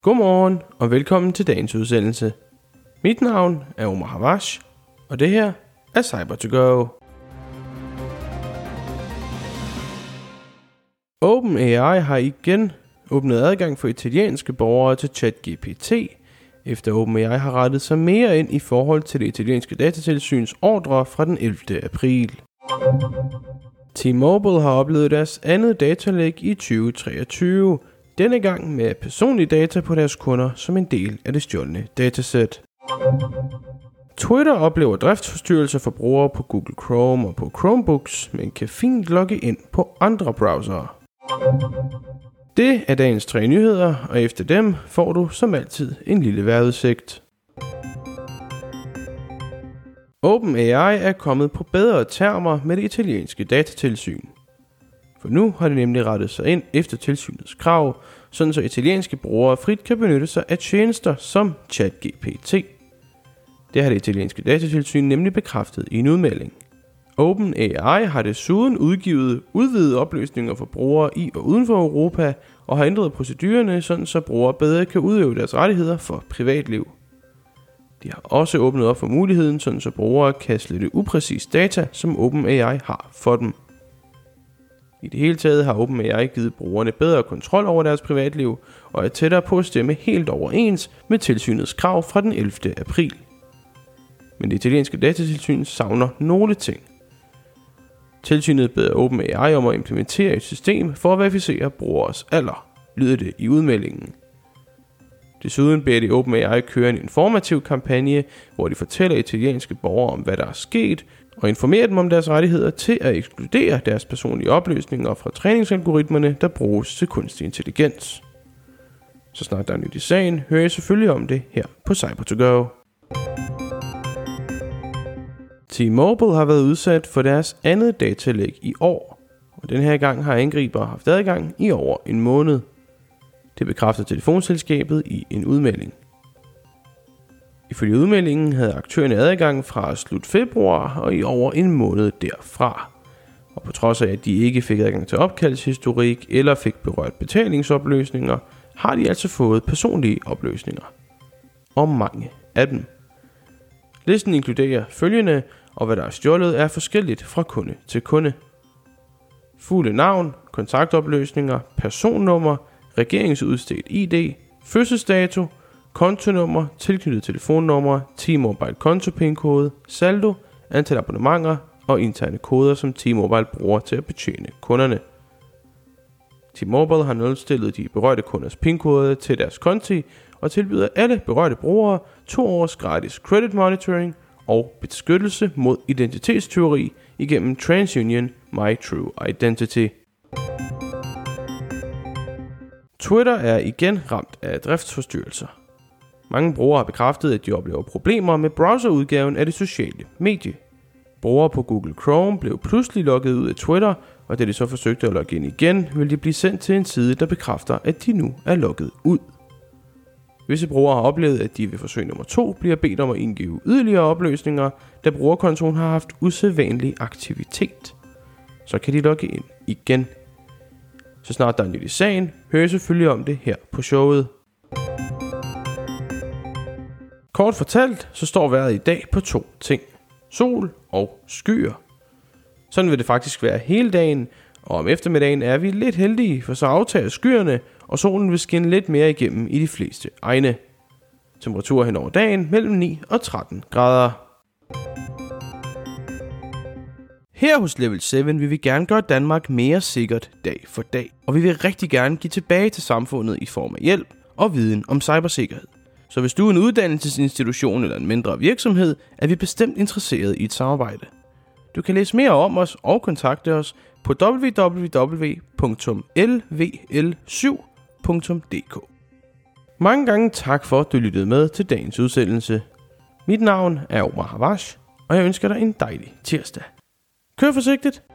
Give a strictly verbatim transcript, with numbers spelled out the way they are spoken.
Godmorgen og velkommen til dagens udsendelse. Mit navn er Omar Havash, og det her er Cyber to Go. OpenAI har igen åbnet adgang for italienske borgere til ChatGPT, efter OpenAI har rettet sig mere ind i forhold til det italienske datatilsyns ordre fra den ellevte april. T-Mobile har oplevet deres andet datalæk i tyve treogtyve, denne gang med personlige data på deres kunder som en del af det stjålne datasæt. Twitter oplever driftsforstyrrelser for brugere på Google Chrome og på Chromebooks, men kan fint logge ind på andre browsere. Det er dagens tre nyheder, og efter dem får du som altid en lille vejrudsigt. OpenAI er kommet på bedre termer med det italienske datatilsyn. For nu har det nemlig rettet sig ind efter tilsynets krav, sådan så italienske brugere frit kan benytte sig af tjenester som ChatGPT. Det har det italienske datatilsyn nemlig bekræftet i en udmelding. OpenAI har desuden udgivet udvidede oplysninger for brugere i og uden for Europa, og har ændret procedurerne, sådan så brugere bedre kan udøve deres rettigheder for privatliv. De har også åbnet op for muligheden, sådan så brugere kan slette upræcis data, som OpenAI har for dem. I det hele taget har OpenAI givet brugerne bedre kontrol over deres privatliv, og er tættere på at stemme helt overens med tilsynets krav fra den ellevte april. Men det italienske datatilsyn savner nogle ting. Tilsynet beder OpenAI om at implementere et system for at verificere brugeres alder, lyder det i udmeldingen. Desuden beder de OpenAI køre en informativ kampagne, hvor de fortæller italienske borgere om, hvad der er sket, og informerer dem om deres rettigheder til at ekskludere deres personlige oplysninger fra træningsalgoritmerne, der bruges til kunstig intelligens. Så snart der er nyt i sagen, hører jeg selvfølgelig om det her på Cyber to Go. T-Mobile har været udsat for deres andet datalæk i år, og den her gang har angribere haft adgang i over en måned. Det bekræfter telefonselskabet i en udmelding. Ifølge udmeldingen havde aktørerne adgang fra slut februar og i over en måned derfra. Og på trods af, at de ikke fik adgang til opkaldshistorik eller fik berørt betalingsoplysninger, har de altså fået personlige oplysninger. Og mange af dem. Listen inkluderer følgende, og hvad der er stjålet er forskelligt fra kunde til kunde. Fulde navn, kontaktoplysninger, personnummer, regeringsudstedt I D, fødselsdato, kontonummer, tilknyttet telefonnummer, T-Mobile kontopin-kode, saldo, antal abonnementer og interne koder, som T-Mobile bruger til at betjene kunderne. T-Mobile har nulstillet de berørte kunders pin-kode til deres konti og tilbyder alle berørte brugere to års gratis credit monitoring og beskyttelse mod identitetstyveri igennem TransUnion My True Identity. Twitter er igen ramt af driftsforstyrrelser. Mange brugere har bekræftet, at de oplever problemer med browserudgaven af det sociale medie. Brugere på Google Chrome blev pludselig logget ud af Twitter, og da de så forsøgte at logge ind igen, ville de blive sendt til en side, der bekræfter, at de nu er logget ud. Visse brugere har oplevet, at de ved forsøg nummer to bliver bedt om at indgive yderligere oplysninger, da brugerkontoen har haft usædvanlig aktivitet. Så kan de logge ind igen. Så snart der er nyt i sagen, hører jeg selvfølgelig om det her på showet. Kort fortalt, så står vejret i dag på to ting. Sol og skyer. Sådan vil det faktisk være hele dagen, og om eftermiddagen er vi lidt heldige, for så aftager skyerne, og solen vil skinne lidt mere igennem i de fleste egne. Temperatur hen over dagen mellem ni og tretten grader. Her hos Level syv vil vi gerne gøre Danmark mere sikkert dag for dag, og vi vil rigtig gerne give tilbage til samfundet i form af hjælp og viden om cybersikkerhed. Så hvis du er en uddannelsesinstitution eller en mindre virksomhed, er vi bestemt interesseret i et samarbejde. Du kan læse mere om os og kontakte os på w w w punktum l v l syv punktum d k. Mange gange tak for, at du lyttede med til dagens udsendelse. Mit navn er Omar Havash, og jeg ønsker dig en dejlig tirsdag. Kør forsigtigt!